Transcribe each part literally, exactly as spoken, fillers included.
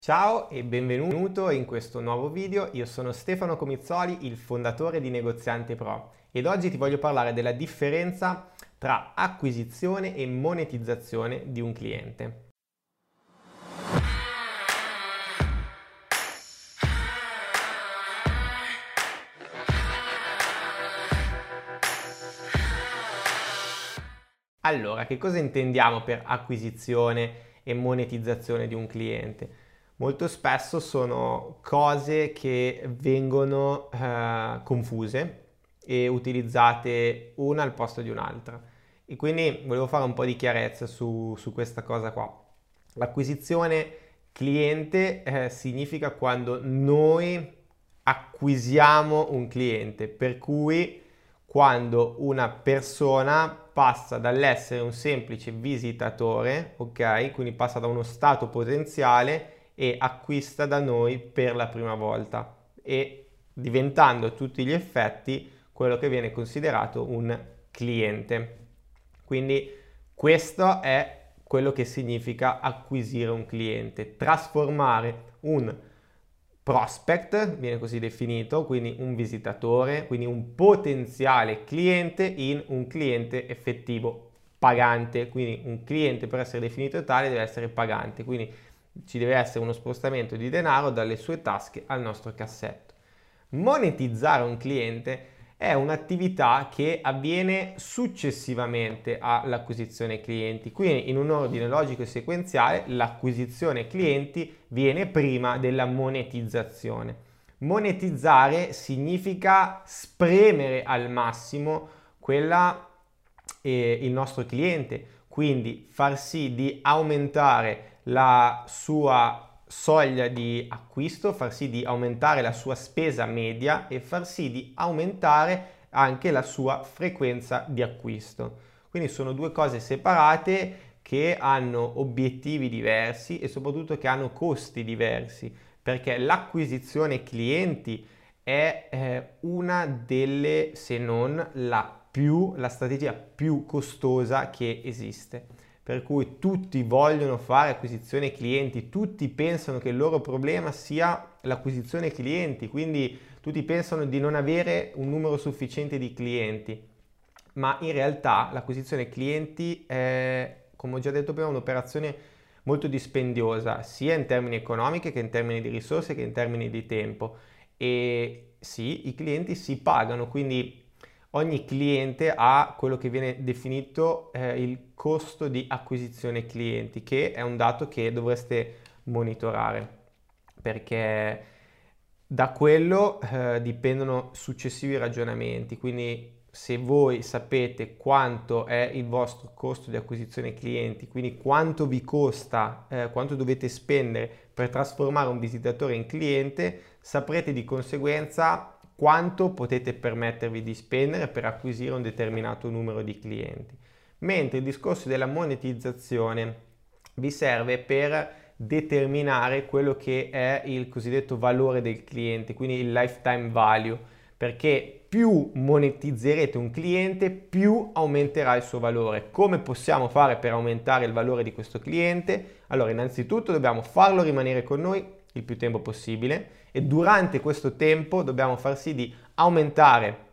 Ciao e benvenuto in questo nuovo video. Io sono Stefano Comizzoli, il fondatore di Negoziante Pro, ed oggi ti voglio parlare della differenza tra acquisizione e monetizzazione di un cliente. Allora, che cosa intendiamo per acquisizione e monetizzazione di un cliente? Molto spesso sono cose che vengono eh, confuse e utilizzate una al posto di un'altra. E quindi volevo fare un po' di chiarezza su, su questa cosa qua. L'acquisizione cliente eh, significa quando noi acquisiamo un cliente, per cui quando una persona passa dall'essere un semplice visitatore, ok? Quindi passa da uno stato potenziale e acquista da noi per la prima volta e diventando a tutti gli effetti quello che viene considerato un cliente. Quindi questo è quello che significa acquisire un cliente, trasformare un prospect, viene così definito, quindi un visitatore, quindi un potenziale cliente in un cliente effettivo pagante, quindi un cliente per essere definito tale deve essere pagante, quindi ci deve essere uno spostamento di denaro dalle sue tasche al nostro cassetto. Monetizzare un cliente è un'attività che avviene successivamente all'acquisizione clienti, quindi in un ordine logico e sequenziale l'acquisizione clienti viene prima della monetizzazione. Monetizzare significa spremere al massimo quella, eh, il nostro cliente, quindi far sì di aumentare la sua soglia di acquisto, far sì di aumentare la sua spesa media e far sì di aumentare anche la sua frequenza di acquisto. Quindi sono due cose separate che hanno obiettivi diversi e soprattutto che hanno costi diversi, perché l'acquisizione clienti è eh, una delle, se non la più, la strategia più costosa che esiste. Per cui tutti vogliono fare acquisizione clienti, tutti pensano che il loro problema sia l'acquisizione clienti, quindi tutti pensano di non avere un numero sufficiente di clienti, ma in realtà l'acquisizione clienti è, come ho già detto prima, un'operazione molto dispendiosa, sia in termini economici che in termini di risorse che in termini di tempo. E sì, i clienti si pagano, quindi ogni cliente ha quello che viene definito eh, il costo di acquisizione clienti, che è un dato che dovreste monitorare, perché da quello eh, dipendono successivi ragionamenti. Quindi se voi sapete quanto è il vostro costo di acquisizione clienti, quindi quanto vi costa, eh, quanto dovete spendere per trasformare un visitatore in cliente, saprete di conseguenza quanto potete permettervi di spendere per acquisire un determinato numero di clienti. Mentre il discorso della monetizzazione vi serve per determinare quello che è il cosiddetto valore del cliente, quindi il lifetime value, perché più monetizzerete un cliente, più aumenterà il suo valore. Come possiamo fare per aumentare il valore di questo cliente? Allora, innanzitutto dobbiamo farlo rimanere con noi il più tempo possibile e durante questo tempo dobbiamo far sì di aumentare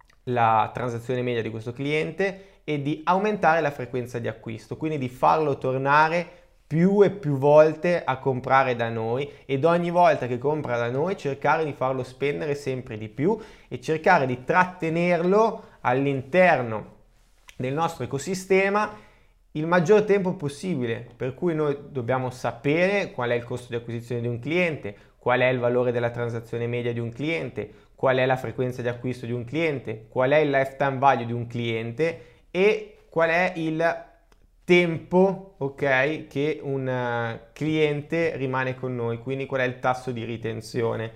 la transazione media di questo cliente e di aumentare la frequenza di acquisto, quindi di farlo tornare più e più volte a comprare da noi ed ogni volta che compra da noi cercare di farlo spendere sempre di più e cercare di trattenerlo all'interno del nostro ecosistema il maggior tempo possibile, per cui noi dobbiamo sapere qual è il costo di acquisizione di un cliente, qual è il valore della transazione media di un cliente, qual è la frequenza di acquisto di un cliente, qual è il lifetime value di un cliente e qual è il tempo, ok, che un cliente rimane con noi, quindi qual è il tasso di ritenzione.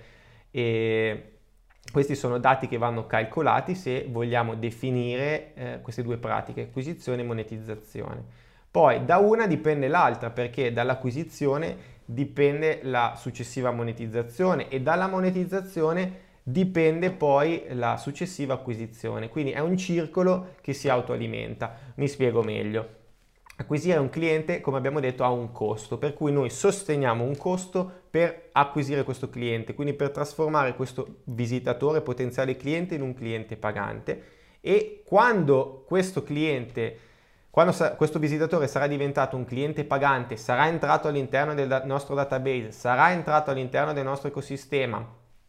E questi sono dati che vanno calcolati se vogliamo definire eh, queste due pratiche, acquisizione e monetizzazione. Poi da una dipende l'altra, perché dall'acquisizione dipende la successiva monetizzazione e dalla monetizzazione dipende poi la successiva acquisizione. Quindi è un circolo che si autoalimenta. Mi spiego meglio. acquisire un cliente, come abbiamo detto, ha un costo, per cui noi sosteniamo un costo per acquisire questo cliente, quindi per trasformare questo visitatore, potenziale cliente, in un cliente pagante. E quando questo cliente, quando sa- questo visitatore sarà diventato un cliente pagante, sarà entrato all'interno del da- nostro database, sarà entrato all'interno del nostro ecosistema,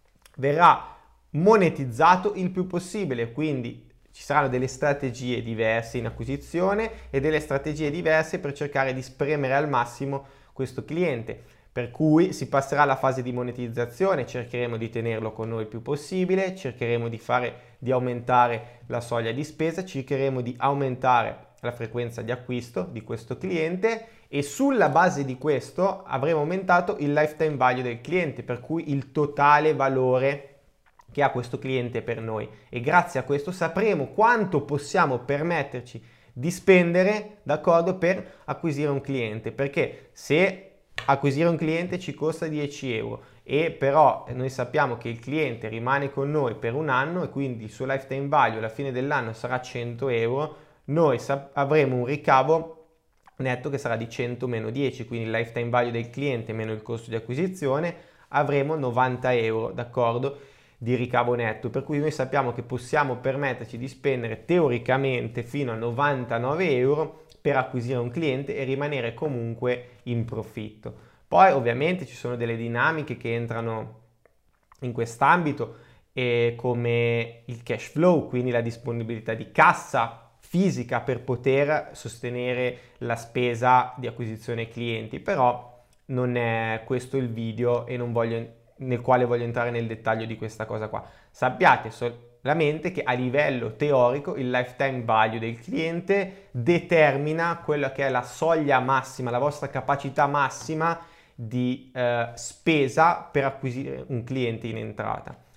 verrà monetizzato il più possibile, quindi ci saranno delle strategie diverse in acquisizione e delle strategie diverse per cercare di spremere al massimo questo cliente. Per cui si passerà alla fase di monetizzazione, cercheremo di tenerlo con noi il più possibile, cercheremo di fare, di aumentare la soglia di spesa, cercheremo di aumentare la frequenza di acquisto di questo cliente e sulla base di questo avremo aumentato il lifetime value del cliente, per cui il totale valore che ha questo cliente per noi, e grazie a questo sapremo quanto possiamo permetterci di spendere, d'accordo, per acquisire un cliente, perché se acquisire un cliente ci costa dieci euro e però noi sappiamo che il cliente rimane con noi per un anno e quindi il suo lifetime value alla fine dell'anno sarà cento euro, noi avremo un ricavo netto che sarà di cento meno dieci, quindi il lifetime value del cliente meno il costo di acquisizione, avremo novanta euro, d'accordo, di ricavo netto, per cui noi sappiamo che possiamo permetterci di spendere teoricamente fino a novantanove euro per acquisire un cliente e rimanere comunque in profitto. Poi ovviamente ci sono delle dinamiche che entrano in quest'ambito, eh, come il cash flow, quindi la disponibilità di cassa fisica per poter sostenere la spesa di acquisizione clienti, però non è questo il video e non voglio nel quale voglio entrare nel dettaglio di questa cosa qua. Sappiate solamente che a livello teorico il lifetime value del cliente determina quella che è la soglia massima, la vostra capacità massima di eh, spesa per acquisire un cliente in entrata.